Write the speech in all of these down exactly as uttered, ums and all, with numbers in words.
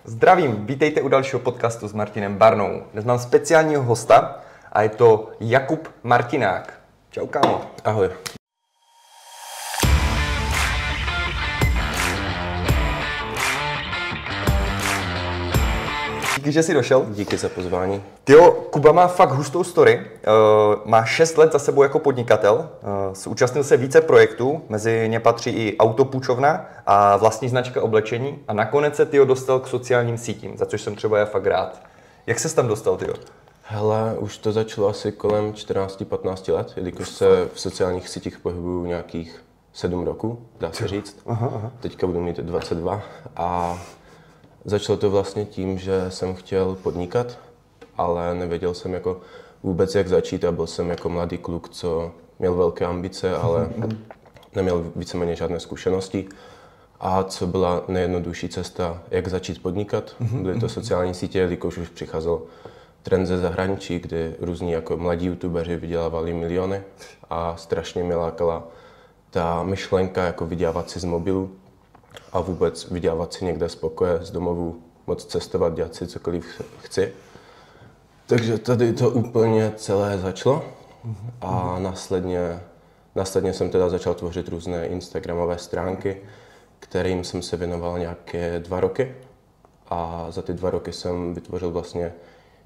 Zdravím, vítejte u dalšího podcastu s Martinem Barnou. Dnes mám speciálního hosta a je to Jakub Martinák. Čau, kámo. Ahoj. Díky, že jsi došel. Díky za pozvání. Tyjo, Kuba má fakt hustou story. Uh, má šest let za sebou jako podnikatel. Uh, zúčastnil se více projektů, mezi ně patří i autopůjčovna a vlastní značka oblečení. A nakonec se tyjo dostal k sociálním sítím, za což jsem třeba já fakt rád. Jak ses tam dostal, tyjo? Hele, už to začalo asi kolem čtrnáct patnáct let, jelikož se v sociálních sítích pohybuju nějakých sedm roků, dá se říct. Aha, aha. Teďka budu mít dvacet dva a začalo to vlastně tím, že jsem chtěl podnikat, ale nevěděl jsem jako vůbec, jak začít a byl jsem jako mladý kluk, co měl velké ambice, ale neměl víceméně žádné zkušenosti. A co byla nejjednodušší cesta, jak začít podnikat, byly to sociální sítě, jelikož už přicházel trend ze zahraničí, kdy různí jako mladí youtubeři vydělávali miliony a strašně mě lákala ta myšlenka jako vydělávat si z mobilu a vůbec vydělávat si někde z pokoje, z domovu, moc cestovat, dělat si cokoliv chci. Takže tady to úplně celé začalo a následně, následně jsem teda začal tvořit různé instagramové stránky, kterým jsem se věnoval nějaké dva roky a za ty dva roky jsem vytvořil vlastně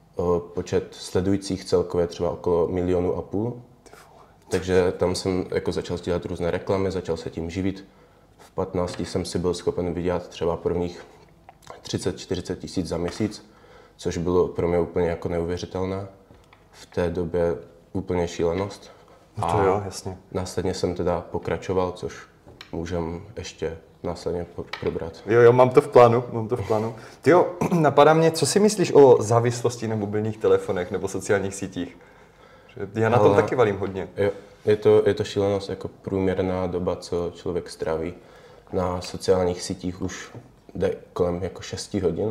počet sledujících celkově třeba okolo milionu a půl. Takže tam jsem jako začal dělat různé reklamy, začal se tím živit. V patnácti jsem si byl schopen vydělat třeba prvních třicet čtyřicet tisíc za měsíc, což bylo pro mě úplně jako neuvěřitelné. V té době úplně šílenost. No to jo, jasně. Následně jsem teda pokračoval, což můžem ještě následně probrat. Jo, jo, mám to v plánu, mám to v plánu. Tyjo, napadá mě, co si myslíš o závislosti na mobilních telefonech nebo sociálních sítích? Já na tom Ale taky valím hodně. Jo, je to, je to šílenost, jako průměrná doba, co člověk stráví na sociálních sítích už jde kolem jako šest hodin.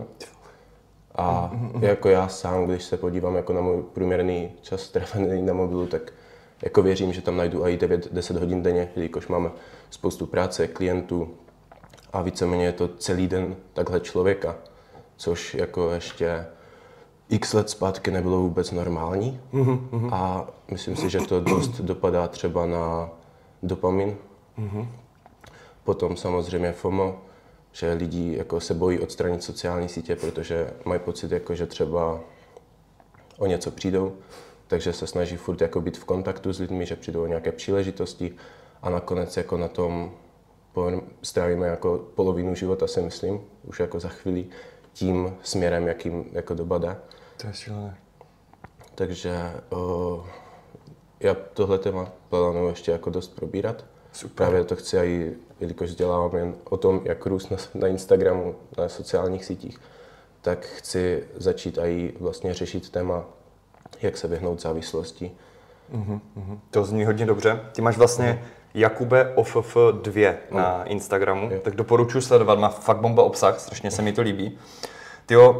A jako já sám, když se podívám jako na můj průměrný čas strávený na mobilu, tak jako věřím, že tam najdu i devět deset hodin denně, jelikož máme spoustu práce, klientů a víceméně je to celý den takhle člověka, což jako ještě x let zpátky nebylo vůbec normální mm-hmm. a myslím si, že to dost dopadá třeba na dopamin. Mm-hmm. Potom samozřejmě FOMO, že lidi jako se bojí odstranit sociální sítě, protože mají pocit, jako, že třeba o něco přijdou, takže se snaží furt jako být v kontaktu s lidmi, že přijdou o nějaké příležitosti a nakonec jako na tom strávíme jako polovinu života, si myslím, už jako za chvíli tím směrem, jakým jako doba jde. To je šílené. Takže o, já tohle téma plánuju ještě jako dost probírat. Super. Právě to chci i, jelikož dělám jen o tom, jak růst na, na Instagramu, na sociálních sítích, tak chci začít i vlastně řešit téma, jak se vyhnout závislosti. Mm-hmm. To zní hodně dobře. Ty máš vlastně mm. Jakube O F F dva mm. na Instagramu, jo. Tak doporučuji sledovat, má fakt bomba obsah, strašně se mi to líbí. Tyjo,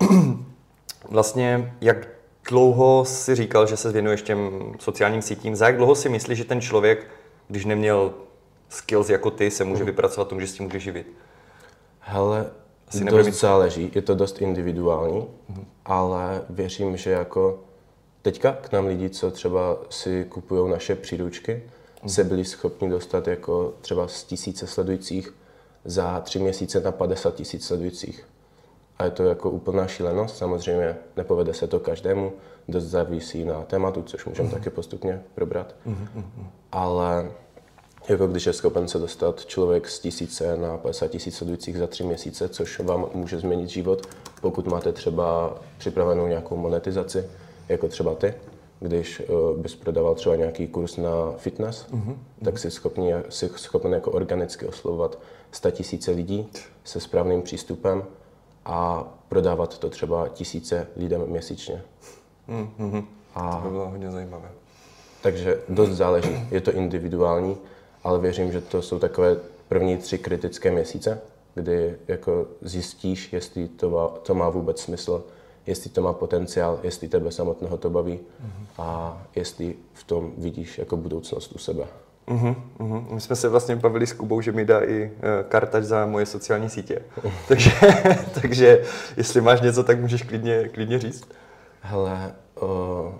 vlastně jak dlouho jsi říkal, že se věnuješ těm sociálním sítím, za jak dlouho si myslíš, že ten člověk, když neměl skills jako ty, se může mm. vypracovat tomu, že s tím může živit? Hele, Asi dost mít... záleží, je to dost individuální, mm. ale věřím, že jako teďka k nám lidi, co třeba si kupují naše příručky, mm. se byli schopni dostat jako třeba z tisíce sledujících za tři měsíce na padesát tisíc sledujících. A je to jako úplná šílenost, samozřejmě nepovede se to každému, dost závisí na tématu, což můžeme mm. taky postupně probrat. Mm. Ale jako když je schopen se dostat člověk z tisíce na padesát tisíc sledujících za tři měsíce, což vám může změnit život, pokud máte třeba připravenou nějakou monetizaci, jako třeba ty, když uh, bys prodával třeba nějaký kurz na fitness, mm-hmm. tak jsi schopný, jsi schopen jako organicky oslovovat sta tisíce lidí se správným přístupem a prodávat to třeba tisíce lidem měsíčně. Mm-hmm. A to by bylo hodně zajímavé. Takže dost záleží, je to individuální, ale věřím, že to jsou takové první tři kritické měsíce, kdy jako zjistíš, jestli to má, to má vůbec smysl, jestli to má potenciál, jestli tebe samotného to baví mm-hmm. a jestli v tom vidíš jako budoucnost u sebe. Uhum, uhum. My jsme se vlastně bavili s Kubou, že mi dá i uh, kartač za moje sociální sítě. takže, takže jestli máš něco, tak můžeš klidně, klidně říct. Hele, uh,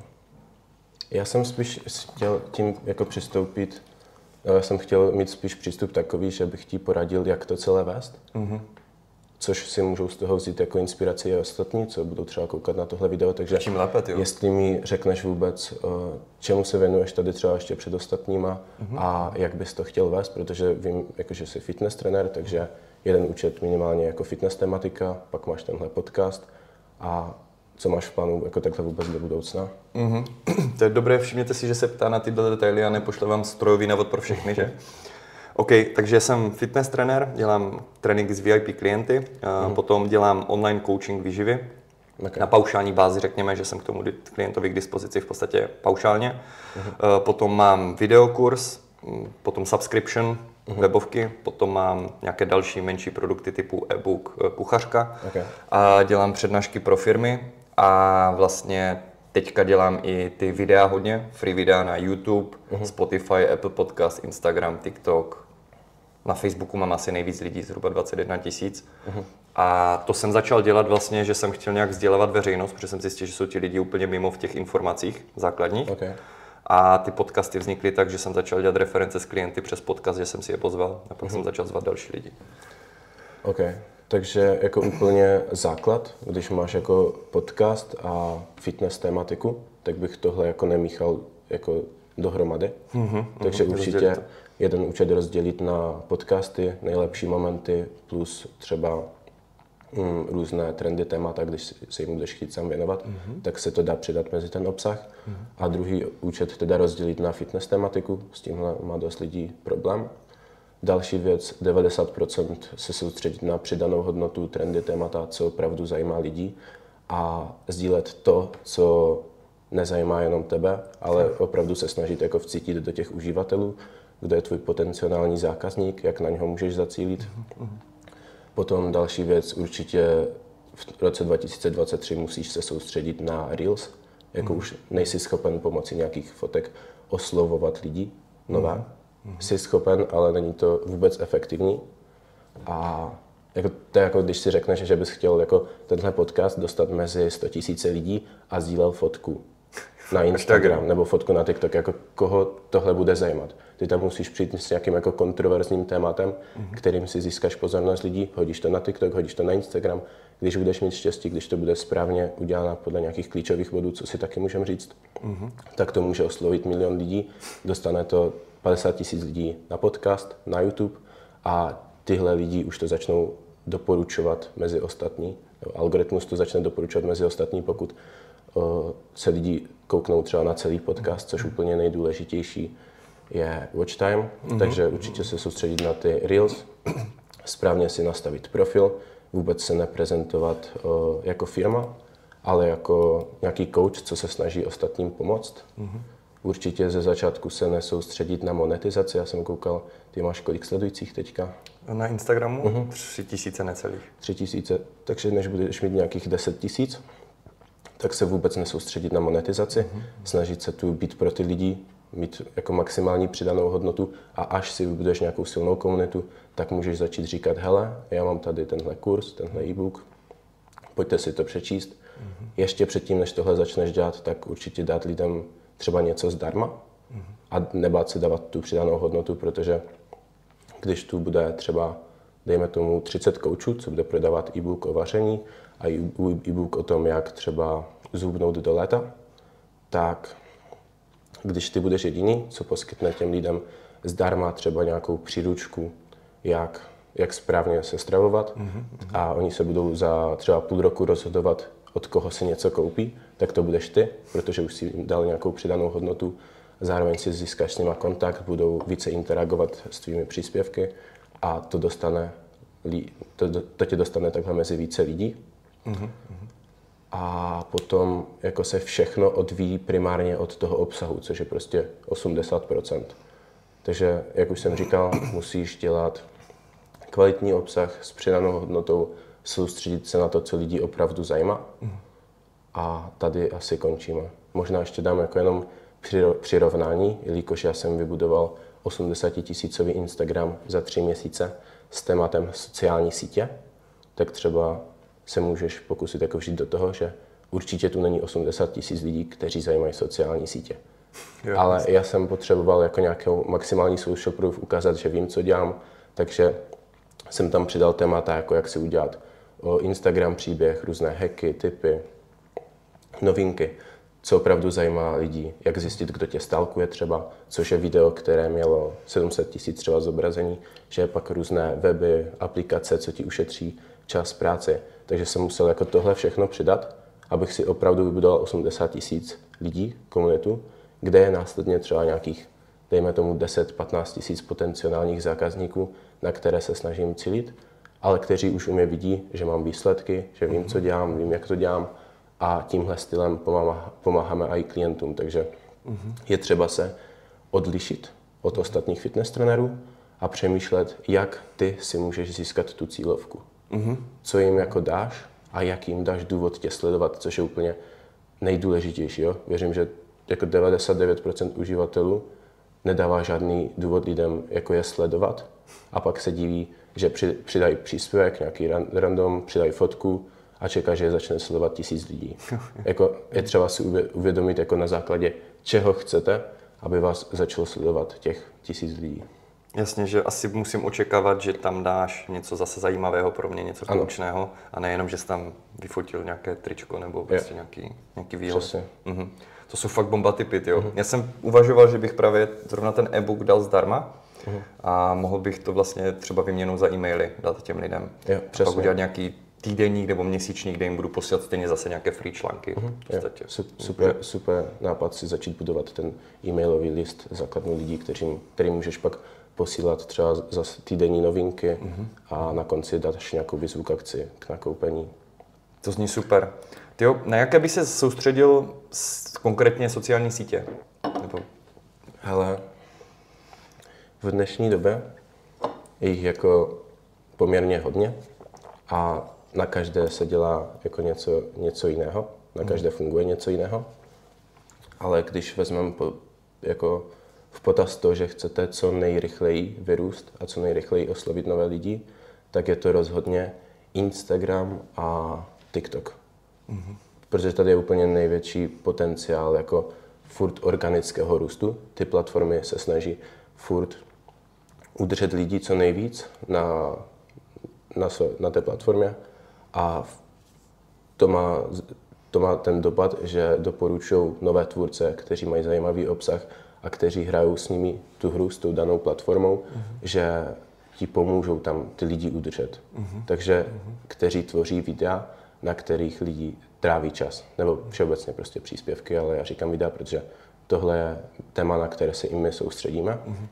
já jsem spíš chtěl tím jako přistoupit, no, já jsem chtěl mít spíš přístup takový, že bych ti poradil, jak to celé vést. Uhum. Což si můžou z toho vzít jako inspiraci i ostatní, co budou třeba koukat na tohle video, takže čím lépe, jo. Jestli mi řekneš vůbec, čemu se věnuješ tady třeba ještě před ostatníma mm-hmm. a jak bys to chtěl vést, protože vím, jako, že jsi fitness trenér, takže jeden účet minimálně jako fitness tematika, pak máš tenhle podcast a co máš v plánu jako takhle vůbec do budoucna? Mm-hmm. To je dobré, všimněte si, že se ptá na tyhle detaily a nepošle vám strojový návod pro všechny, že? OK, takže jsem fitness trenér, dělám tréninky s V I P klienty, mm. potom dělám online coaching výživy. Okay. Na paušální bázi řekněme, že jsem k tomu klientovi k dispozici v podstatě paušálně. Mm. Potom mám videokurs, potom subscription, mm. webovky, potom mám nějaké další menší produkty typu e-book, kuchařka okay. a dělám přednášky pro firmy a vlastně teďka dělám i ty videa hodně, free videa na YouTube, uh-huh. Spotify, Apple Podcast, Instagram, TikTok. Na Facebooku mám asi nejvíc lidí, zhruba dvacet jedna tisíc. Uh-huh. A to jsem začal dělat vlastně, že jsem chtěl nějak vzdělávat veřejnost, protože jsem zjistil, že jsou ti lidi úplně mimo v těch informacích základních. Okay. A ty podcasty vznikly tak, že jsem začal dělat reference s klienty přes podcast, že jsem si je pozval a pak uh-huh. jsem začal zvat další lidi. Okay. Takže jako úplně základ, když máš jako podcast a fitness tématiku, tak bych tohle jako nemíchal jako dohromady. Mm-hmm, Takže mm, určitě jeden účet rozdělit na podcasty, nejlepší momenty plus třeba mm, různé trendy témata, když se jim budeš chtít sám věnovat, mm-hmm. tak se to dá přidat mezi ten obsah. Mm-hmm. A druhý účet teda rozdělit na fitness tématiku, s tímhle má dost lidí problém. Další věc, devadesát procent se soustředit na přidanou hodnotu, trendy, témata, co opravdu zajímá lidi a sdílet to, co nezajímá jenom tebe, ale opravdu se snažit jako vcítit do těch uživatelů, kdo je tvůj potenciální zákazník, jak na něho můžeš zacílit. Potom další věc, určitě v roce dva tisíce dvacet tři musíš se soustředit na Reels, jako už nejsi schopen pomocí nějakých fotek oslovovat lidi nové. Mm-hmm. Jsi schopen, ale není to vůbec efektivní. A jako, to je jako když si řekneš, že bys chtěl jako tenhle podcast dostat mezi sto tisíc lidí a sdílel fotku na Instagram nebo fotku na TikTok, jako koho tohle bude zajímat. Ty tam musíš přijít s nějakým jako kontroverzním tématem, mm-hmm. kterým si získáš pozornost lidí, hodíš to na TikTok, hodíš to na Instagram. Když budeš mít štěstí, když to bude správně uděláno podle nějakých klíčových bodů, co si taky můžeme říct, mm-hmm. tak to může oslovit milion lidí, dostane to padesát tisíc lidí na podcast, na YouTube a tyhle lidi už to začnou doporučovat mezi ostatní. Algoritmus to začne doporučovat mezi ostatní, pokud uh, se lidi kouknou třeba na celý podcast, což úplně nejdůležitější je watch time, mm-hmm. takže určitě se soustředit na ty Reels, správně si nastavit profil, vůbec se neprezentovat uh, jako firma, ale jako nějaký coach, co se snaží ostatním pomoct. Mm-hmm. Určitě ze začátku se nesoustředit na monetizaci. Já jsem koukal, ty máš kolik sledujících teďka? Na Instagramu uh-huh. tři tisíce necelých. Tři tisíce, takže než budeš mít nějakých deset tisíc, tak se vůbec nesoustředit na monetizaci, uh-huh. snažit se tu být pro ty lidi, mít jako maximální přidanou hodnotu a až si vybuduješ nějakou silnou komunitu, tak můžeš začít říkat, hele, já mám tady tenhle kurz, tenhle e-book, pojďte si to přečíst. Uh-huh. Ještě předtím, než tohle začneš dělat, tak určitě dát lidem třeba něco zdarma a nebát se dávat tu přidanou hodnotu, protože když tu bude třeba, dejme tomu, třicet koučů, co bude prodávat e-book o vaření a e-book o tom, jak třeba zhubnout do léta, tak když ty budeš jediný, co poskytne těm lidem zdarma třeba nějakou příručku, jak, jak správně se stravovat mm-hmm. a oni se budou za třeba půl roku rozhodovat, od koho si něco koupí, tak to budeš ty, protože už si jim dal nějakou přidanou hodnotu. Zároveň si získáš s nima kontakt, budou více interagovat s tvými příspěvky a to, dostane, to, to tě dostane takhle mezi více lidí. Mm-hmm. A potom jako se všechno odvíjí primárně od toho obsahu, což je prostě osmdesát procent. Takže, jak už jsem říkal, musíš dělat kvalitní obsah s přidanou hodnotou, soustředit se na to, co lidi opravdu zajímá. A tady asi končíme. Možná ještě dám jako jenom přirovnání, jelikož já jsem vybudoval osmdesátitisícový Instagram za tři měsíce s tématem sociální sítě, tak třeba se můžeš pokusit jako vžít do toho, že určitě tu není osmdesát tisíc lidí, kteří zajímají sociální sítě. Jo, ale jasný. Já jsem potřeboval jako nějakou maximální social proof ukázat, že vím, co dělám, takže jsem tam přidal témata, jako jak si udělat Instagram příběh, různé hacky, tipy, novinky, co opravdu zajímá lidi, jak zjistit, kdo tě stalkuje třeba, což je video, které mělo sedm set tisíc třeba zobrazení, že je pak různé weby, aplikace, co ti ušetří čas práce. Takže jsem musel jako tohle všechno přidat, abych si opravdu vybudoval osmdesát tisíc lidí, komunitu, kde je následně třeba nějakých, dejme tomu deset patnáct tisíc potenciálních zákazníků, na které se snažím cílit, ale kteří už u mě vidí, že mám výsledky, že vím, co dělám, vím, jak to dělám a tímhle stylem pomáháme i klientům. Takže je třeba se odlišit od ostatních fitness trenérů a přemýšlet, jak ty si můžeš získat tu cílovku. Co jim jako dáš a jak jim dáš důvod tě sledovat, což je úplně nejdůležitější. Jo? Věřím, že jako devadesát devět procent uživatelů nedává žádný důvod lidem, jako je sledovat a pak se diví, že přidají příspěvek, nějaký random, přidají fotku a čeká, že je začne sledovat tisíc lidí. Jako je třeba si uvědomit jako na základě, čeho chcete, aby vás začalo sledovat těch tisíc lidí. Jasně, že asi musím očekávat, že tam dáš něco zase zajímavého pro mě, něco poučného a nejenom, že jsi tam vyfotil nějaké tričko nebo prostě nějaký, nějaký výlet. Mhm. To jsou fakt bomba tipy, jo. Mhm. Já jsem uvažoval, že bych právě zrovna ten e-book dal zdarma mhm. a mohl bych to vlastně třeba výměnou za e-maily dát těm lidem. Jo, a pak udělat nějaký týdenník nebo měsíčník, kde jim budu posílat stejně zase nějaké free články. Mhm. Super, super nápad si začít budovat ten e-mailový list základních lidí, kterým, kterým můžeš pak posílat třeba zase týdenní novinky mm-hmm. a na konci dáš nějakou výzvu k akci k nakoupení. To zní super. Tyjo, na jaké by se soustředil konkrétně sociální sítě? Nebo... Hele, v dnešní době je jich jako poměrně hodně a na každé se dělá jako něco, něco jiného, na každé mm. funguje něco jiného, ale když vezmeme po, jako v potaz to, že chcete co nejrychleji vyrůst a co nejrychleji oslovit nové lidi, tak je to rozhodně Instagram a TikTok. Mm-hmm. Protože tady je úplně největší potenciál jako furt organického růstu. Ty platformy se snaží furt udržet lidi co nejvíc na, na, na té platformě a to má, to má ten dopad, že doporučují nové tvůrce, kteří mají zajímavý obsah a kteří hrajou s nimi tu hru s tou danou platformou, uh-huh. že ti pomůžou tam ty lidi udržet. Uh-huh. Takže uh-huh. kteří tvoří videa, na kterých lidi tráví čas. Nebo všeobecně prostě příspěvky, ale já říkám videa, protože tohle je téma, na které se i my soustředíme. Uh-huh.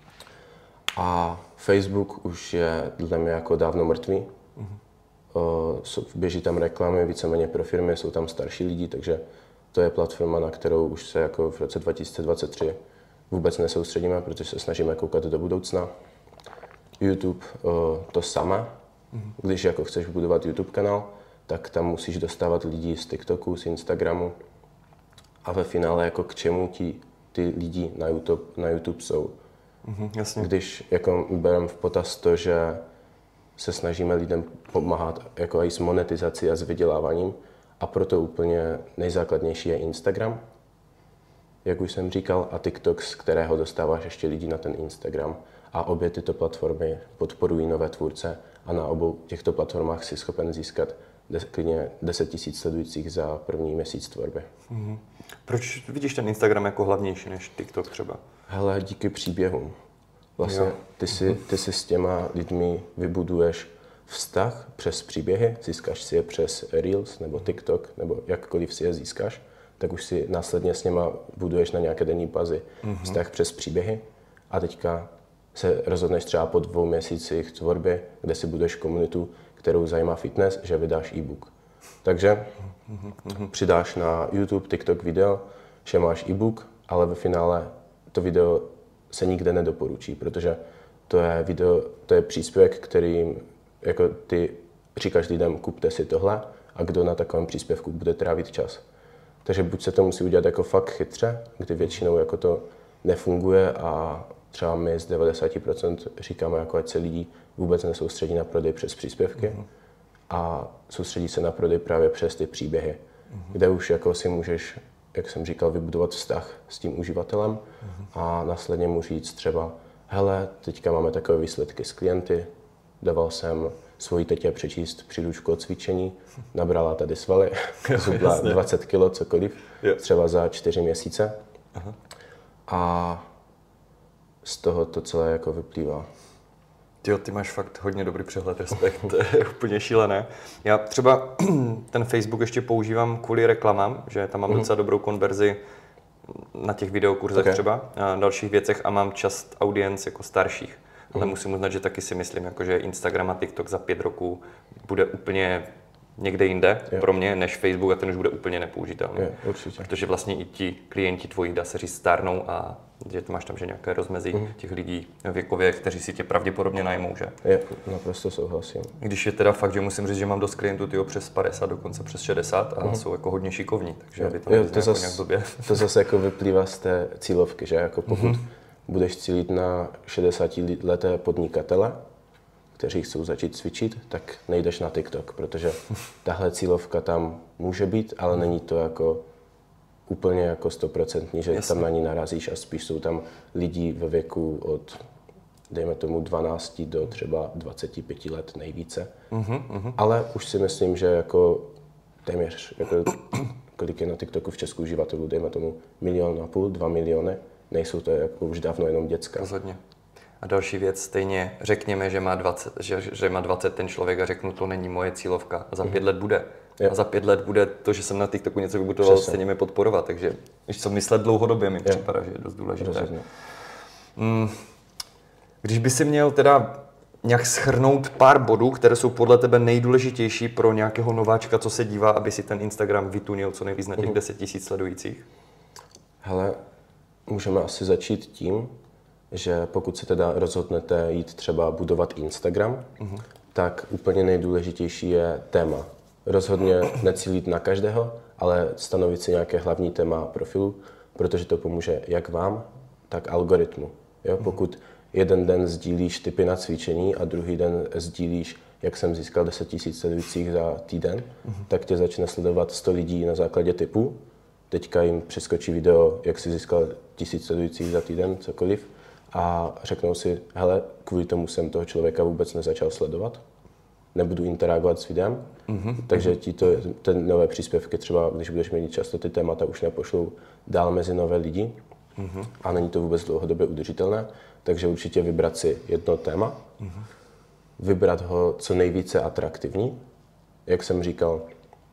A Facebook už je dle mě jako dávno mrtvý. Uh-huh. Běží tam reklamy, víceméně pro firmy, jsou tam starší lidi, takže to je platforma, na kterou už se jako v roce dva tisíce dvacet tři vůbec nesoustředíme, protože se snažíme koukat do budoucna. YouTube to samé. Když jako chceš budovat YouTube kanál, tak tam musíš dostávat lidi z TikToku, z Instagramu. A ve finále jako k čemu ti ty lidi na YouTube, na YouTube jsou. Mhm, jasně. Když jako bereme v potaz to, že se snažíme lidem pomáhat jako i s monetizací a s vyděláváním, a proto úplně nejzákladnější je Instagram, jak už jsem říkal, a TikTok, z kterého dostáváš ještě lidi na ten Instagram. A obě tyto platformy podporují nové tvůrce a na obou těchto platformách si schopen získat klidně deset tisíc sledujících za první měsíc tvorby. Mm-hmm. Proč vidíš ten Instagram jako hlavnější než TikTok třeba? Hele, díky příběhům. Vlastně ty si, ty si s těma lidmi vybuduješ vztah přes příběhy, získáš si je přes Reels nebo TikTok, nebo jakkoliv si je získáš, tak už si následně s něma buduješ na nějaké denní bazi mm-hmm. vztah přes příběhy a teďka se rozhodneš třeba po dvou měsících tvorby, kde si buduješ komunitu, kterou zajímá fitness, že vydáš e-book. Takže mm-hmm. přidáš na YouTube, TikTok video, že máš e-book, ale ve finále to video se nikde nedoporučí, protože to je video, to je příspěvek, kterým jako ty říkáš lidem, kupte si tohle a kdo na takovém příspěvku bude trávit čas. Takže buď se to musí udělat jako fakt chytře, kdy většinou jako to nefunguje a třeba my z devadesát procent říkáme, jako ať se lidi vůbec nesoustředí na prodej přes příspěvky mm-hmm. a soustředí se na prodej právě přes ty příběhy, mm-hmm. kde už jako si můžeš, jak jsem říkal, vybudovat vztah s tím uživatelem mm-hmm. a následně mu říct třeba, hele, teďka máme takové výsledky s klienty, dával jsem svojí tetě přečíst příručku o cvičení, nabrala tady svaly, zhubla dvacet kilo, cokoliv, jo. třeba za čtyři měsíce. Aha. A z toho to celé jako vyplývá. Tyjo, ty máš fakt hodně dobrý přehled, respekt, to je úplně šílené. Já třeba ten Facebook ještě používám kvůli reklamám, že tam mám mm. docela dobrou konverzi na těch videokurzech okay. třeba, a dalších věcech a mám část audience jako starších. Ale mm. musím uznat, že taky si myslím, jako, že Instagram a TikTok za pět roků bude úplně někde jinde jo. pro mě, než Facebook a ten už bude úplně nepoužitelný. Jo, určitě. Protože vlastně i ti klienti tvoji, dá se říct, stárnou a že máš tam že nějaké rozmezí mm. těch lidí věkově, kteří si tě pravděpodobně najmou, že? Je, naprosto souhlasím. Když je teda fakt, že musím říct, že mám dost klientů tyjo, přes padesát, dokonce přes šedesát a mm. jsou jako hodně šikovní, takže jo. by to jo, to zas, nějak době. To zase jako vyplývá z té cílovky, že jako pokud mm. budeš cílit na šedesátileté podnikatele, kteří chcou začít cvičit, tak nejdeš na TikTok, protože tahle cílovka tam může být, ale není to jako úplně jako stoprocentní, že Jasně. tam na ní narazíš a spíš jsou tam lidi ve věku od, dejme tomu, dvanáct do třeba dvacet pět let nejvíce. Uh-huh, uh-huh. Ale už si myslím, že jako téměř, jako, kolik je na TikToku v Česku uživatelů, dejme tomu milion a půl, dva miliony, nejsou to jako už dávno jenom děcka. Rozhodně. A další věc, stejně řekněme, že má dvacet, že, že má dvacet ten člověk a řeknu, to není moje cílovka a za pět let bude. Jo. A za pět let bude to, že jsem na TikToku něco vybudoval, stejně mě podporovat, takže když co myslet dlouhodobě mi jo. připadá, že je dost důležité. Mm, když by si měl teda nějak shrnout pár bodů, které jsou podle tebe nejdůležitější pro nějakého nováčka, co se dívá, aby si ten Instagram vytunil co nejvíc na těch deset tisíc sledujících? Hele, můžeme asi začít tím, že pokud se teda rozhodnete jít třeba budovat Instagram, uh-huh. tak úplně nejdůležitější je téma. Rozhodně necílit na každého, ale stanovit si nějaké hlavní téma profilu, protože to pomůže jak vám, tak algoritmu. Jo? Uh-huh. Pokud jeden den sdílíš tipy na cvičení a druhý den sdílíš, jak jsem získal deset tisíc sledujících za týden, uh-huh. tak tě začne sledovat sto lidí na základě tipů. Teďka jim přeskočí video, jak jsi získal tisíc sledujících za týden, cokoliv. A řeknou si, hele, kvůli tomu jsem toho člověka vůbec nezačal sledovat, nebudu interagovat s videem, mm-hmm. takže ti to, ten nové příspěvky třeba, když budeš mít často ty témata, už nepošlou dál mezi nové lidi mm-hmm. a není to vůbec dlouhodobě udržitelné, takže určitě vybrat si jedno téma, mm-hmm. vybrat ho co nejvíce atraktivní, jak jsem říkal,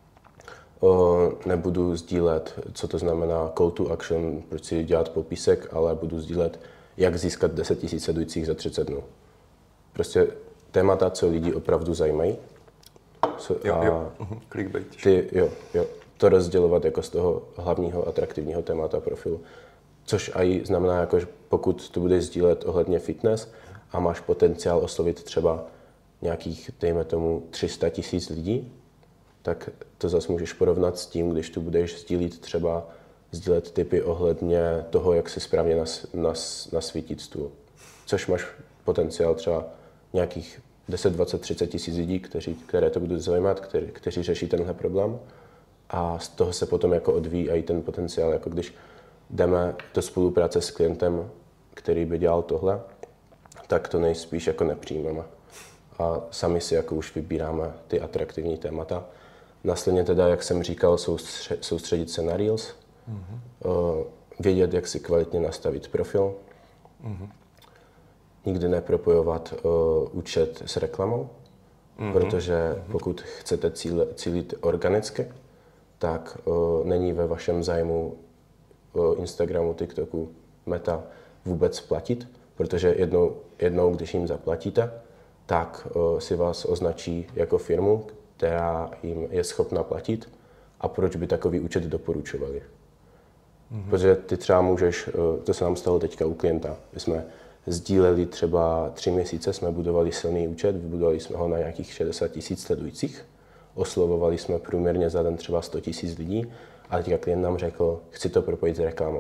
o, nebudu sdílet, co to znamená call to action, proč si dělat popisek, ale budu sdílet, jak získat deset tisíc sledujících za třicet dnů. Prostě témata, co lidi opravdu zajímají. Jo, a jo. Clickbait. Ty, jo, jo. To rozdělovat jako z toho hlavního atraktivního témata profilu. Což i znamená, jako, že pokud to budeš sdílet ohledně fitness a máš potenciál oslovit třeba nějakých, dejme tomu, tři sta tisíc lidí, tak to zase můžeš porovnat s tím, když tu budeš sdílit třeba sdílet tipy ohledně toho, jak si správně nas, nas, nasvítit stůl. Což máš potenciál třeba nějakých deset, dvacet, třicet tisíc lidí, kteří, které to budou zajímat, kteří, kteří řeší tenhle problém. A z toho se potom jako odvíjí i ten potenciál, jako když jdeme do spolupráce s klientem, který by dělal tohle, tak to nejspíš jako nepřijmeme. A sami si jako už vybíráme ty atraktivní témata. Následně teda, jak jsem říkal, soustře- soustředit se na Reels, mm-hmm. vědět, jak si kvalitně nastavit profil, mm-hmm. nikdy nepropojovat uh, účet s reklamou, mm-hmm. protože mm-hmm. pokud chcete cíle, cílit organicky, tak uh, není ve vašem zájmu uh, Instagramu, TikToku, Meta vůbec platit, protože jednou, jednou když jim zaplatíte, tak uh, si vás označí jako firmu, která jim je schopna platit a proč by takový účet doporučovali. Mm-hmm. Protože ty třeba můžeš, to se nám stalo teďka u klienta, my jsme sdíleli třeba tři měsíce, jsme budovali silný účet, vybudovali jsme ho na nějakých šedesát tisíc sledujících, oslovovali jsme průměrně za den třeba sto tisíc lidí a teďka klient nám řekl, chci to propojit s reklamou.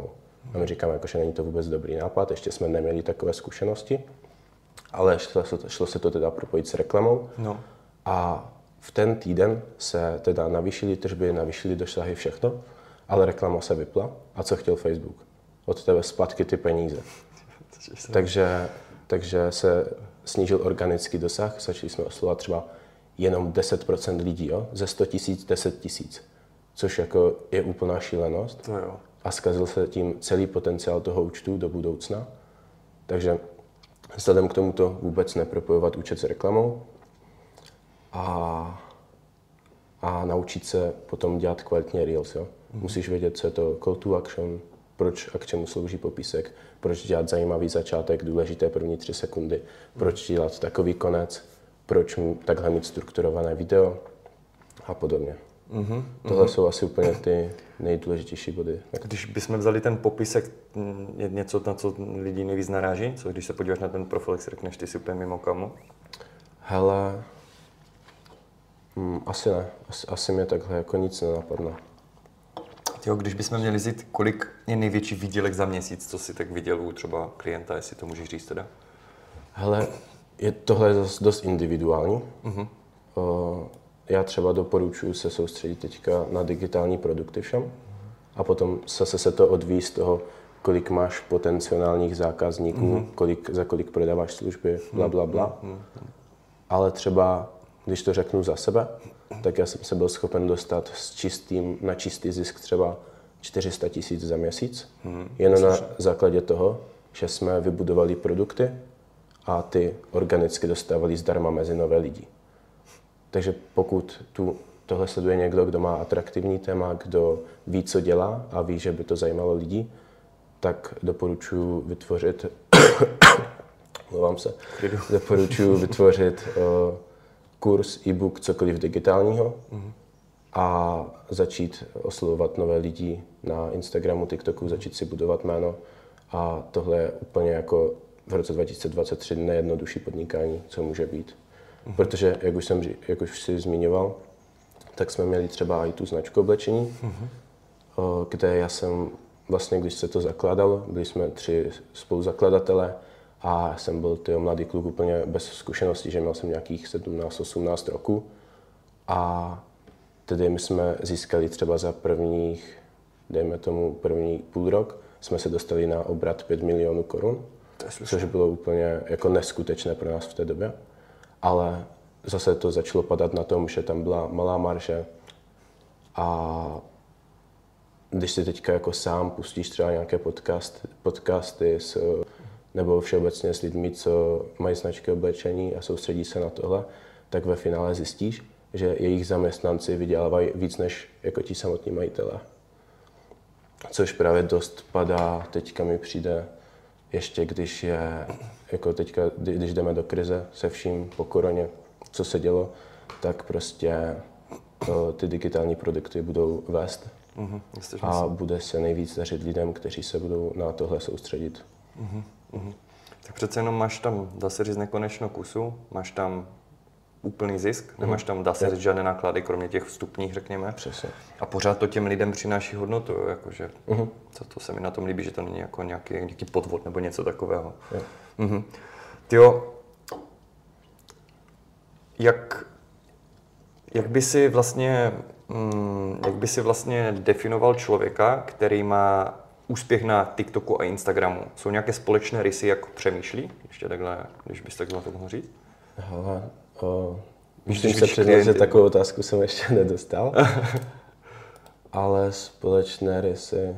A my říkáme, jako, že není to vůbec dobrý nápad, ještě jsme neměli takové zkušenosti, ale šlo se to, šlo se to teda propojit s reklamou. No. A v ten týden se teda navýšily tržby, navýšily dosahy, všechno, ale reklama se vypla. A co chtěl Facebook? Od tebe zpátky ty peníze. takže, takže se snížil organický dosah, začali jsme oslovovat třeba jenom deset procent lidí, jo? Ze sto tisíc, deset tisíc, což jako je úplná šílenost. To jo. A zkazil se tím celý potenciál toho účtu do budoucna. Takže vzhledem k tomuto vůbec nepropojovat účet s reklamou a, a naučit se potom dělat kvalitně Reels. Jo? Mm. Musíš vědět, co je to call to action, proč a k čemu slouží popisek, proč dělat zajímavý začátek, důležité první tři sekundy, proč dělat takový konec, proč takhle mít strukturované video a podobně. Mm-hmm. Tohle mm-hmm. jsou asi úplně ty nejdůležitější body. Když bychom vzali ten popisek, je něco, na co lidi nejvíc naráží? Co když se podíváš na ten profil, jak si řekneš, ty jsi úplně mimo kamu? Hele, mm, asi ne. Asi, asi mě takhle jako nic nenapadne. Jo, když bychom měli říct, kolik je největší výdělek za měsíc, co si tak viděl u třeba klienta, jestli to můžeš říct teda? Hele, je tohle dost, dost individuální. Mm-hmm. O, já třeba doporučuji se soustředit teďka na digitální produkty všem a potom zase se to odvíjí z toho, kolik máš potenciálních zákazníků, mm-hmm. kolik, za kolik prodáváš služby, bla, bla, bla. Mm-hmm. Ale třeba, když to řeknu za sebe, tak já jsem se byl schopen dostat s čistým, na čistý zisk třeba čtyři sta tisíc za měsíc, mm-hmm. jen na základě toho, že jsme vybudovali produkty a ty organicky dostávali zdarma mezi nové lidi. Takže pokud tu, tohle sleduje někdo, kdo má atraktivní téma, kdo ví, co dělá a ví, že by to zajímalo lidi, tak doporučuji vytvořit, mluvám se, doporučuji vytvořit uh, kurz, e-book, cokoliv digitálního mm-hmm. a začít oslovovat nové lidi na Instagramu, TikToku, začít si budovat jméno. A tohle je úplně jako v roce dva tisíce dvacet tři nejjednodušší podnikání, co může být. Protože, jak už jsem jak už si zmiňoval, tak jsme měli třeba i tu značku oblečení, mm-hmm. kde já jsem vlastně, když se to zakládalo, byli jsme tři spoluzakladatelé a já jsem byl tyjo, mladý kluk úplně bez zkušeností, že měl jsem nějakých sedmnáct osmnáct roků. A tedy my jsme získali třeba za prvních, dejme tomu první půl rok, jsme se dostali na obrat pět milionů korun, což bylo úplně jako neskutečné pro nás v té době. Ale zase to začalo padat na tom, že tam byla malá marže a když si teďka jako sám pustíš třeba nějaké podcast, podcasty s, nebo všeobecně s lidmi, co mají značky oblečení a soustředí se na tohle, tak ve finále zjistíš, že jejich zaměstnanci vydělávají víc než jako ti samotní majitelé. Což právě dost padá, teďka mi přijde, ještě když je, jako teďka, když jdeme do krize se vším po koroně, co se dělo, tak prostě to, ty digitální produkty budou vést mm-hmm, a bude se nejvíc dařit lidem, kteří se budou na tohle soustředit. Mm-hmm, mm-hmm. Tak přece jenom máš tam, dá se říct, nekonečno kusu, máš tam úplný zisk, mm-hmm. nemáš tam, dá se říct, žádné náklady, kromě těch vstupních, řekněme. Přesně. A pořád to těm lidem přináší hodnotu, jakože mm-hmm. to, to se mi na tom líbí, že to není jako nějaký, nějaký podvod nebo něco takového. Mm-hmm. Tyjo, jak, jak by si vlastně, mm, jak by si vlastně definoval člověka, který má úspěch na TikToku a Instagramu? Jsou nějaké společné rysy, jak přemýšlí? Ještě takhle, když bys takhle to mohl říct? Hele, o, musím se přiznat, že takovou otázku jsem ještě nedostal. Ale společné rysy...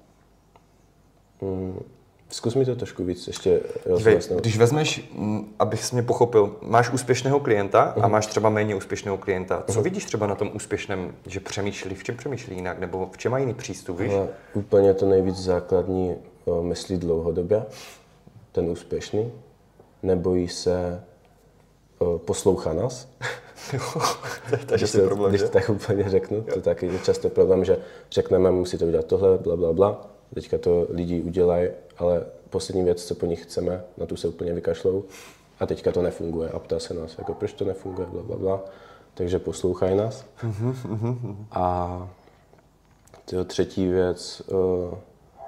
Hmm. Zkus mi to trošku víc ještě rozvásnout. Když vezmeš, abych mě pochopil, máš úspěšného klienta uh-huh. a máš třeba méně úspěšného klienta. Co uh-huh. vidíš třeba na tom úspěšném, že přemýšlí, v čem přemýšlí jinak, nebo v čem má jiný přístup, víš? Ale úplně to nejvíc základní, o, myslí dlouhodobě, ten úspěšný. Nebojí se, o, poslouchá nás. Takže si problém, když že? to tak úplně řeknu, jo. To taky je často problém, že řekneme, musíte udělat tohle, bla, bla, bla. Teďka to lidi udělají, ale poslední věc, co po nich chceme, na tu se úplně vykašlou a teďka to nefunguje a ptá se nás, jako proč to nefunguje, bla, bla, bla. Takže poslouchají nás. A tyjo, třetí věc,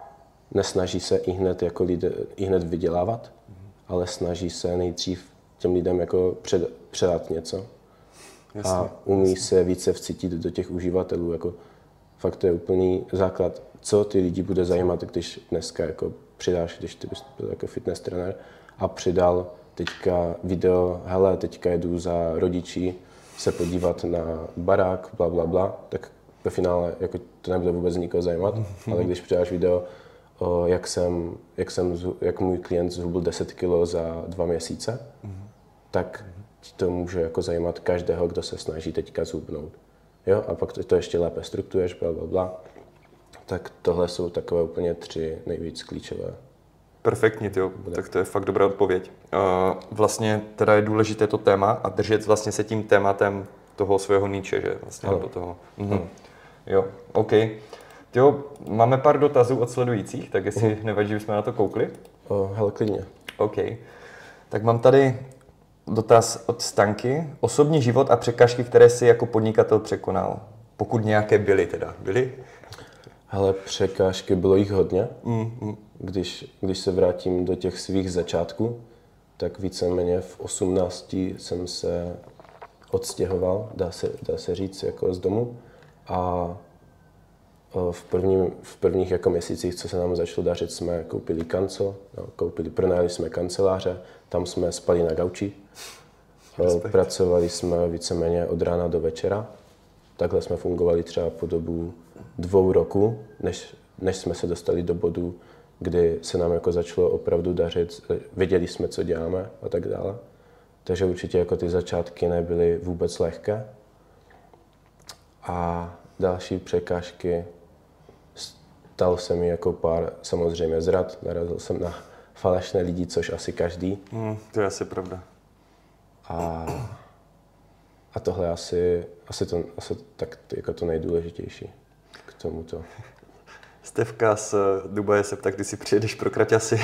nesnaží se i hned, jako lidé, i hned vydělávat, mm. ale snaží se nejdřív těm lidem jako před, předat něco. Jasně, a umí jasně. se více vcítit do těch uživatelů. Jako, fakt to je úplný základ, co ty lidi bude zajímat, když dneska jako přidáš, když ty bys byl jako fitness trenér a přidal teďka video, hele, teďka jedu za rodiči se podívat na barák, bla, bla, bla, tak ve finále jako to nebude vůbec nikoho zajímat, mm-hmm. ale když přidáš video, o, jak, jsem, jak, jsem, jak můj klient zhubil deset kilo za dva měsíce, mm-hmm. tak ti to může jako zajímat každého, kdo se snaží teďka zhubnout. Jo? A pak to, to ještě lépe strukturuješ, bla, bla, bla. Tak tohle jsou takové úplně tři nejvíc klíčové. Perfektní, tyjo. Tak to je fakt dobrá odpověď. Uh, vlastně teda je důležité to téma a držet vlastně se tím tématem toho svého níče, že? Vlastně do toho. Mhm. Jo, OK. Tyjo, máme pár dotazů od sledujících, tak jestli uh-huh. nevadí, že bychom na to koukli? Uh, hele, klidně. OK. Tak mám tady dotaz od Stanky. Osobní život a překážky, které si jako podnikatel překonal. Pokud nějaké byly teda. Byly? Hele, překážky bylo jich hodně. Mm, mm. Když, když se vrátím do těch svých začátků, tak víceméně v osmnácti jsem se odstěhoval, dá se, dá se říct, jako z domu. A v, prvním, v prvních jako měsících, co se nám začalo dařit, jsme koupili kancel, no, koupili, pronajali jsme kanceláře, tam jsme spali na gauči. Respekt. Pracovali jsme víceméně od rána do večera. Takhle jsme fungovali třeba po dobu dvou roku, než, než jsme se dostali do bodu, kdy se nám jako začalo opravdu dařit, věděli jsme, co děláme a tak dále. Takže určitě jako ty začátky nebyly vůbec lehké. A další překážky, stalo se mi jako pár samozřejmě zrad, narazil jsem na falešné lidi, což asi každý. Mm, to je asi pravda. A, a tohle asi, asi, to, asi tak jako to nejdůležitější k tomuto. Stevka z Dubaje se ptá, kdy si přijedeš pro kraťasy.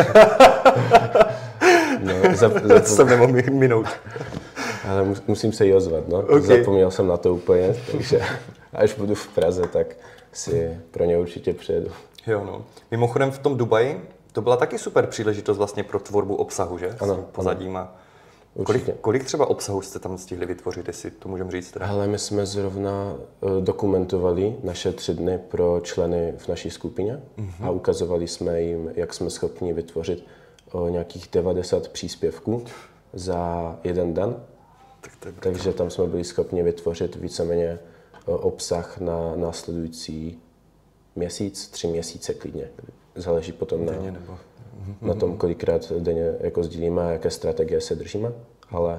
No, zap, zapom... to jsem nemohl minout. Ale musím se jí ozvat, no. Okay. Zapomněl jsem na to úplně, takže až budu v Praze, tak si pro ně určitě přijedu. Jo, no. Mimochodem v tom Dubaji to byla taky super příležitost vlastně pro tvorbu obsahu, že? Ano. Pozadím a kolik, kolik třeba obsahu jste tam stihli vytvořit, jestli to můžeme říct? Teda? Ale my jsme zrovna dokumentovali naše tři dny pro členy v naší skupině mm-hmm. a ukazovali jsme jim, jak jsme schopni vytvořit o nějakých devadesát příspěvků za jeden den. Tak Takže tam jsme byli schopni vytvořit víceméně obsah na následující měsíc, tři měsíce klidně. Záleží potom na, nebo... na tom, kolikrát denně jako sdílíme a jaké strategie se držíme. Ale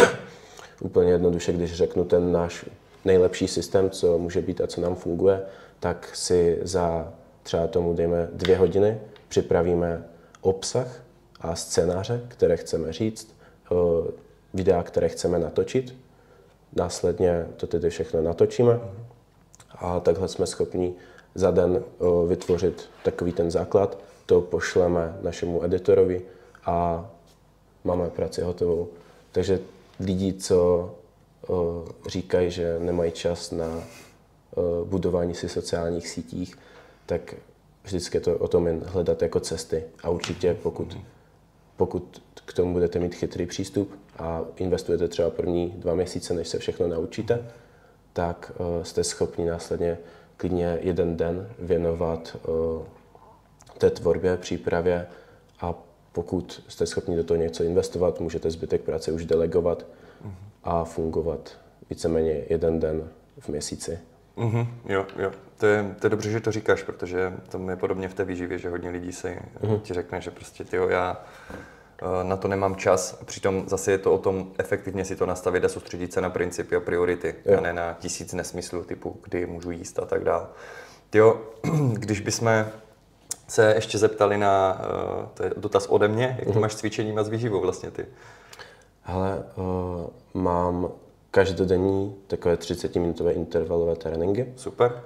úplně jednoduše, když řeknu ten náš nejlepší systém, co může být a co nám funguje, tak si za třeba tomu dejme dvě hodiny připravíme obsah a scénáře, které chceme říct, videa, které chceme natočit. Následně to tedy všechno natočíme a takhle jsme schopni za den vytvořit takový ten základ, to pošleme našemu editorovi a máme práci hotovou. Takže lidi, co říkají, že nemají čas na budování si sociálních sítích, tak vždycky je to o tom jen hledat jako cesty. A určitě pokud, pokud k tomu budete mít chytrý přístup a investujete třeba první dva měsíce, než se všechno naučíte, tak uh, jste schopni následně klidně jeden den věnovat uh, té tvorbě, přípravě a pokud jste schopni do toho něco investovat, můžete zbytek práce už delegovat mm-hmm. a fungovat víceméně jeden den v měsíci. Mm-hmm, jo, jo. To je, to je dobře, že to říkáš, protože to je podobně v té výživě, že hodně lidí si mm-hmm. ti řekne, že prostě tyjo, já na to nemám čas. A přitom zase je to o tom efektivně si to nastavit a soustředit se na principy a priority, jo. a ne na tisíc nesmyslů typu, kdy můžu jíst a tak dále. Tyjo, když bychom se ještě zeptali na, to je dotaz ode mě, jak to máš s cvičením a s výživou vlastně ty? Hele, uh, mám každodenní takové třicetiminutové intervalové tréninky. Super.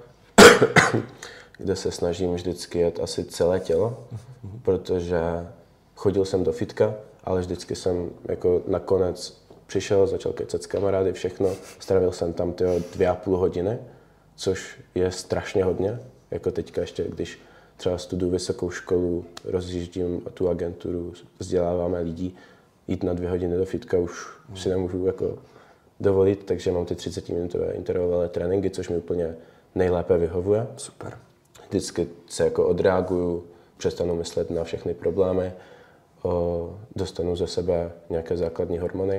Kde se snažím vždycky jet asi celé tělo, mm-hmm. protože chodil jsem do fitka, ale vždycky jsem jako nakonec přišel, začal kecat s kamarády, všechno. Strávil jsem tam tyjo, dvě a půl hodiny, což je strašně hodně. Jako teďka ještě, když třeba studuju vysokou školu, rozjíždím tu agenturu, vzděláváme lidi, jít na dvě hodiny do fitka už hmm. si nemůžu jako dovolit, takže mám ty třicetiminutové intervalové tréninky, což mi úplně nejlépe vyhovuje. Super. Vždycky se jako odreaguju, přestanu myslet na všechny problémy, o, dostanu ze sebe nějaké základní hormony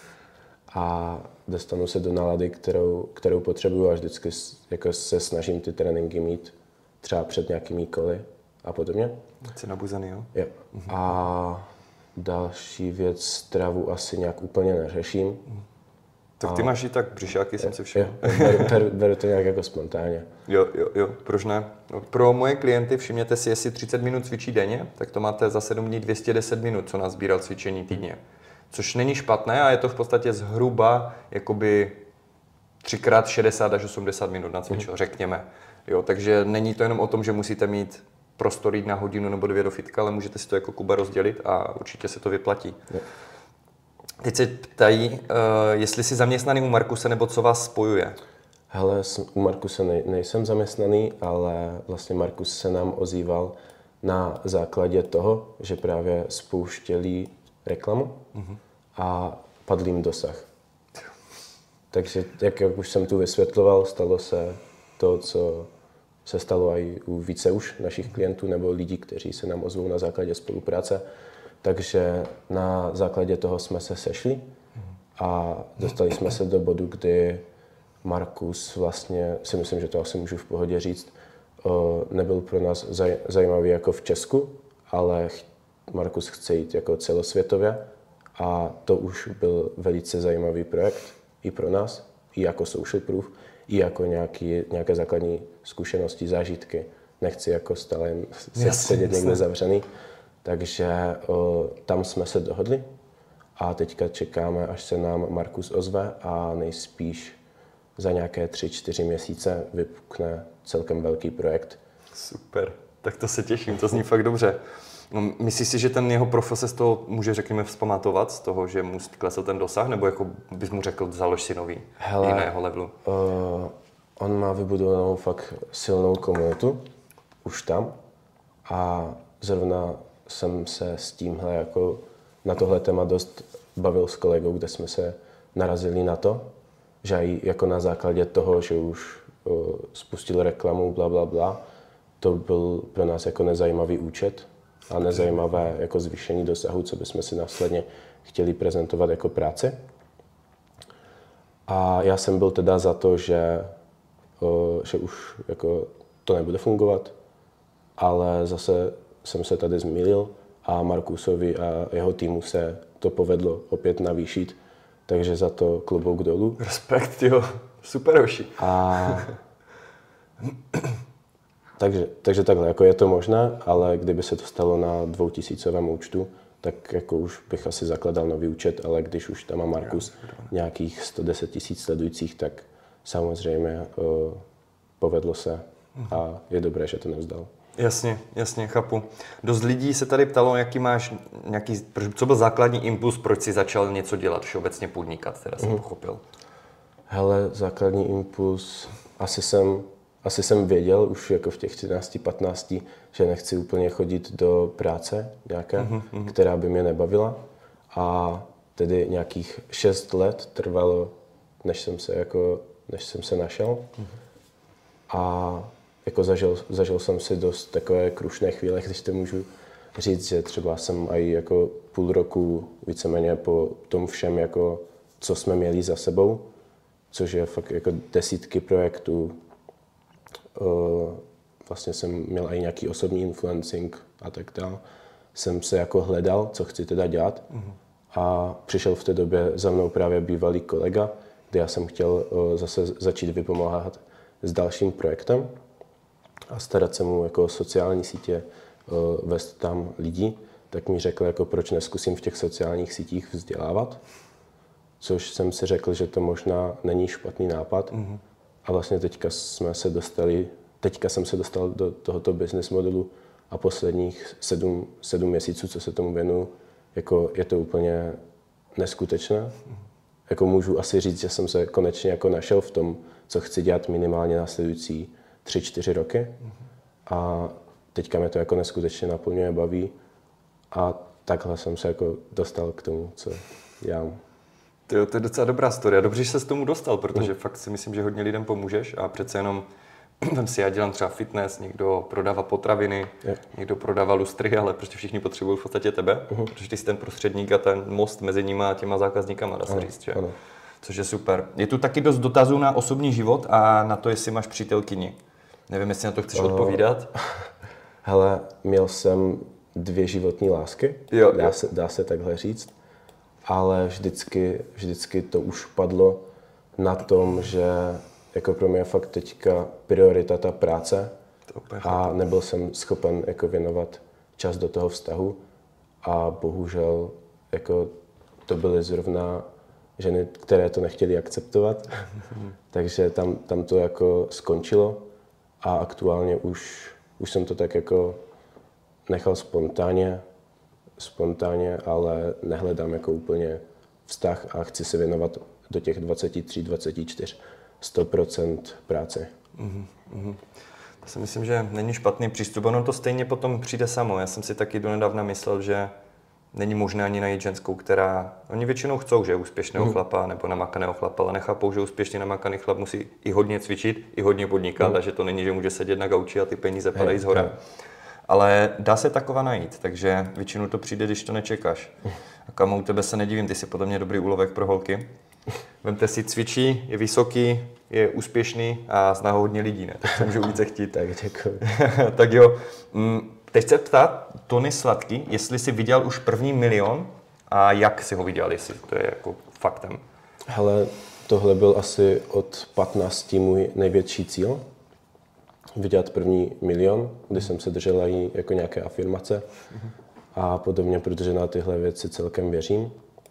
a dostanu se do nálady, kterou, kterou potřebuju a vždycky jako se snažím ty tréninky mít třeba před nějakými koly a podobně. Jsi nabuzený, jo? Jo. Mhm. A další věc, stravu asi nějak úplně neřeším. Mhm. Tak ty a... máš i tak břišáky, jsem si všiml. Beru, beru, beru to nějak jako spontánně. Jo, jo, jo, proč ne? Pro moje klienty všimněte si, jestli třicet minut cvičí denně, tak to máte za sedm dní dvě stě deset minut, co nazbíral cvičení týdně. Což není špatné a je to v podstatě zhruba jakoby třikrát šedesát až osmdesát minut na cvičil, řekněme. Jo, takže není to jenom o tom, že musíte mít prostor jít na hodinu nebo dvě do fitka, ale můžete si to jako Kuba rozdělit a určitě se to vyplatí. Jo. Teď se ptají, uh, jestli jsi zaměstnaný u Markuse, nebo co vás spojuje? Hele, u Markuse nej, nejsem zaměstnaný, ale vlastně Markus se nám ozýval na základě toho, že právě spouštěli reklamu mm-hmm. a padl jim dosah. Takže, jak, jak už jsem tu vysvětloval, stalo se to, co se stalo i u více už našich klientů nebo lidí, kteří se nám ozvou na základě spolupráce. Takže na základě toho jsme se sešli a dostali jsme se do bodu, kdy Markus vlastně, si myslím, že to asi můžu v pohodě říct, nebyl pro nás zaj, zajímavý jako v Česku, ale Markus chce jít jako celosvětově a to už byl velice zajímavý projekt i pro nás, i jako social proof, i jako nějaký, nějaké základní zkušenosti, zážitky. Nechci jako stále sedět někde zavřený. Takže o, tam jsme se dohodli a teďka čekáme, až se nám Markus ozve a nejspíš za nějaké tři, čtyři měsíce vypukne celkem velký projekt. Super, tak to se těším, to zní fakt dobře. No, myslíš si, že ten jeho profil se z toho může, řekněme, vzpamatovat, z toho, že mu klesl ten dosah, nebo jako bys mu řekl, založ si nový, Hele, i na jeho levelu? Uh, on má vybudovanou fakt silnou komunitu, už tam, a zrovna jsem se s tímhle jako na tohle téma dost bavil s kolegou, kde jsme se narazili na to, že i jako na základě toho, že už uh, spustil reklamu, bla, bla, bla, to byl pro nás jako nezajímavý účet a nezajímavé jako zvýšení dosahu, co bychom si následně chtěli prezentovat jako práci. A já jsem byl teda za to, že, uh, že už jako to nebude fungovat, ale zase jsem se tady zmýlil a Markusovi a jeho týmu se to povedlo opět navýšit, takže za to klobouk dolů. Respekt, jo. Super, hoši. A takže, takže takhle, jako je to možné, ale kdyby se to stalo na dvoutisícovém účtu, tak jako už bych asi zakladal nový účet, ale když už tam má Markus nějakých sto deset tisíc sledujících, tak samozřejmě uh, povedlo se a je dobré, že to nevzdal. Jasně, jasně, chápu. Dost lidí se tady ptalo, jaký máš, nějaký, co byl základní impuls, proč jsi začal něco dělat, všeobecně podnikat, teda jsem mm. pochopil. Hele, základní impuls, asi jsem, asi jsem věděl už jako v těch třinácti, patnácti, že nechci úplně chodit do práce nějaké, mm-hmm. která by mě nebavila. A tedy nějakých šest let trvalo, než jsem se, jako, než jsem se našel. Mm-hmm. A jako zažil, zažil jsem si dost takové krušné chvíle, když to můžu říct, že třeba jsem i jako půl roku víceméně po tom všem, jako, co jsme měli za sebou, což je fakt jako desítky projektů. Vlastně jsem měl i nějaký osobní influencing a tak dále. Jsem se jako hledal, co chci teda dělat. Mm-hmm. A přišel v té době za mnou právě bývalý kolega, kde já jsem chtěl zase začít vypomáhat s dalším projektem a starat se mu jako sociální sítě, vést tam lidi, tak mi řekl, jako proč neskusím v těch sociálních sítích vzdělávat, což jsem si řekl, že to možná není špatný nápad. Mm-hmm. A vlastně teďka jsme se dostali, teďka jsem se dostal do tohoto business modelu a posledních sedm, sedm měsíců, co se tomu věnuju, jako je to úplně neskutečné. Mm-hmm. Jako můžu asi říct, že jsem se konečně jako našel v tom, co chci dělat minimálně následující tři, čtyři roky. Mm-hmm. A teďka mě to jako neskutečně naplňuje, baví a takhle jsem se jako dostal k tomu, co dělám. To, to je docela dobrá story. Dobře, že se s tomu dostal, protože mm. fakt si myslím, že hodně lidem pomůžeš a přece jenom vem si, já dělám třeba fitness, někdo prodává potraviny, je. někdo prodává lustry, ale prostě všichni potřebují v podstatě tebe, uh-huh. protože ty jsi ten prostředník a ten most mezi nima a těma zákazníkama, dá se říct, že? Ano. Což je super. Je tu taky dost dotazů na osobní život a na to, jestli máš přítelkyni. Nevím, jestli na to chceš uh, odpovídat. Hele, měl jsem dvě životní lásky, jo, dá, jo. Se, dá se takhle říct, ale vždycky, vždycky to už padlo na tom, že jako pro mě je fakt teďka priorita ta práce a nebyl jsem schopen jako věnovat čas do toho vztahu a bohužel jako to byly zrovna ženy, které to nechtěly akceptovat, takže tam, tam to jako skončilo a aktuálně už, už jsem to tak jako nechal spontánně, spontánně, ale nehledám jako úplně vztah a chci se věnovat do těch dvacet tři dvacet čtyři sto procent práce. Mm-hmm. To si myslím, že není špatný přístup. Ono to stejně potom přijde samo. Já jsem si taky donedávna myslel, že není možné ani najít ženskou, která... Oni většinou chcou, že úspěšného mm. chlapa nebo namakaného chlapa, ale nechápou, že úspěšně namakaný chlap musí i hodně cvičit, i hodně podnikat, mm. a že to není, že může sedět na gauči a ty peníze padají z hora. Ale dá se taková najít, takže většinou to přijde, když to nečekáš. A Kamo, u tebe se nedivím, ty jsi podle mě dobrý úlovek pro holky. Vemte si, cvičí, je vysoký, je úspěšný a zná hodně lidí, ne? Tak se můžu více chtít. Tak děkuji. Tak jo, teď se ptát Tony Sladký, jestli jsi viděl už první milion a jak si ho viděl, jestli to je jako faktem. Hele, tohle byl asi od patnácti můj největší cíl. Vydělat první milion, kdy jsem se držel i jako nějaké afirmace a podobně, protože na tyhle věci celkem věřím.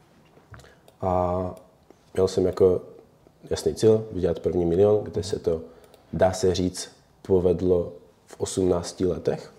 A měl jsem jako jasný cíl, vydělat první milion, kde se to, dá se říct, povedlo v osmnácti letech,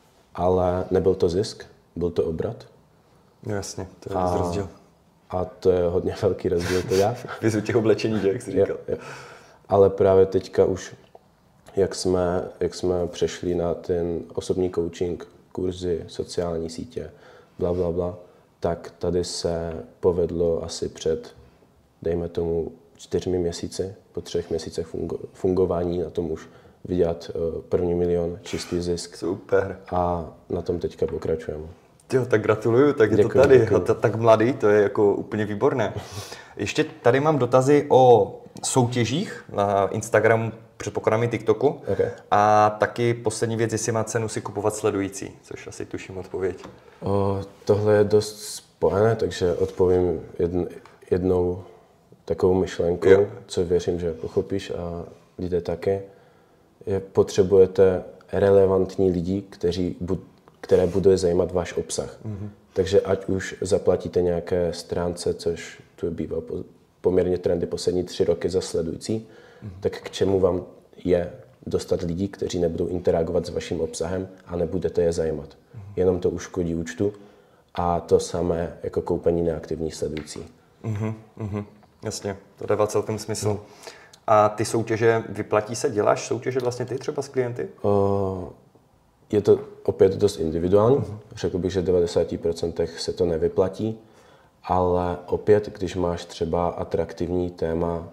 ale nebyl to zisk, byl to obrat. No jasně, to je a, rozdíl. A to je hodně velký rozdíl teda. Vizu těch oblečení, jak jsi říkal. Jo, jo. Ale právě teďka už, jak jsme, jak jsme přešli na ten osobní coaching, kurzy, sociální sítě, bla, bla, bla, tak tady se povedlo asi před, dejme tomu, čtyřmi měsíci, po třech měsících fungo- fungování na tom už vydělat uh, první milion, čistý zisk. Super. A na tom teďka pokračujeme. Jo, tak gratuluju, tak je děkuji, to tady. A tak mladý, to je jako úplně výborné. Ještě tady mám dotazy o soutěžích na Instagramu, předpokládám i TikToku. Okay. A taky poslední věc, jestli má cenu si kupovat sledující, což asi tuším odpověď. O, tohle je dost spojené, takže odpovím jedn, jednou takovou myšlenkou, jo. co věřím, že pochopíš a lidé také. Je, potřebujete relevantní lidi, kteří, bu, které bude zajímat váš obsah. Mm-hmm. Takže ať už zaplatíte nějaké stránce, což tu bývá po, poměrně trendy poslední tři roky za sledující, mm-hmm. tak k čemu vám je dostat lidí, kteří nebudou interagovat s vaším obsahem a nebudete je zajímat. Mm-hmm. Jenom to uškodí účtu a to samé jako koupení neaktivních sledující. Mm-hmm. Mm-hmm. Jasně, to dává celkem smysl. Mm. A ty soutěže, vyplatí se, děláš soutěže vlastně ty třeba s klienty? O, je to opět dost individuální. Mm-hmm. Řekl bych, že v devadesáti procentech se to nevyplatí, ale opět, když máš třeba atraktivní téma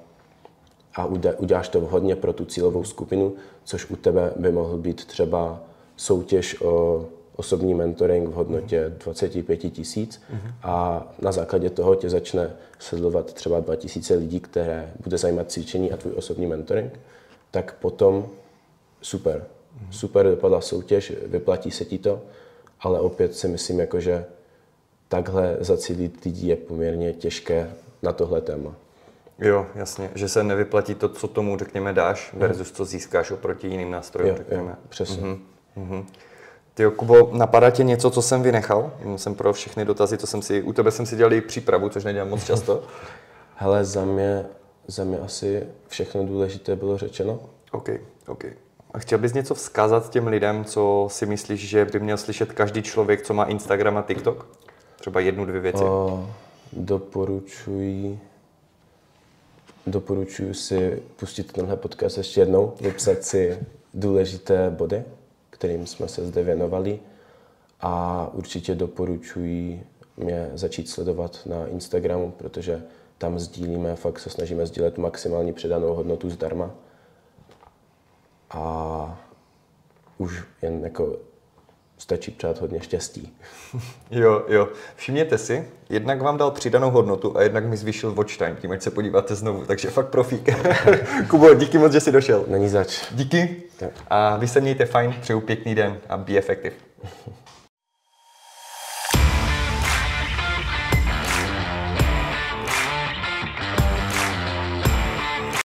a uděláš to vhodně pro tu cílovou skupinu, což u tebe by mohl být třeba soutěž o osobní mentoring v hodnotě dvacet pět tisíc mm-hmm. a na základě toho tě začne sledovat třeba dva tisíce lidí, které bude zajímat cvičení a tvůj osobní mentoring, tak potom super. Mm-hmm. Super dopadla soutěž, vyplatí se ti to, ale opět si myslím, jako, že takhle zacílit lidí je poměrně těžké na tohle téma. Jo, jasně, že se nevyplatí to, co tomu, řekněme, dáš, versus co získáš oproti jiným nástrojům, jo, řekněme. Jo, přesně. Mm-hmm. Mm-hmm. Tyjo, Kubo, napadá tě něco, co jsem vynechal? Jsem pro všechny dotazy, co jsem si, u tebe jsem si dělal i přípravu, což nedělám moc často. Hele, za mě, za mě asi všechno důležité bylo řečeno. OK, OK. A chtěl bys něco vzkázat těm lidem, co si myslíš, že by měl slyšet každý člověk, co má Instagram a TikTok? Třeba jednu, dvě věci. O, doporučuji, doporučuji si pustit tenhle podcast ještě jednou, vypsat si důležité body, kterým jsme se zde věnovali. A určitě doporučuji mě začít sledovat na Instagramu, protože tam sdílíme, fakt se snažíme sdílet maximální přidanou hodnotu zdarma. A už jen jako stačí přát hodně štěstí. Jo, jo. Všimněte si, jednak vám dal přidanou hodnotu a jednak mi zvýšil watch time, tím ať se podíváte znovu, takže fakt profík. Kubo, díky moc, že jsi došel. Není zač. Díky. Tak. A vy se mějte fajn, přeju pěkný den a be effective.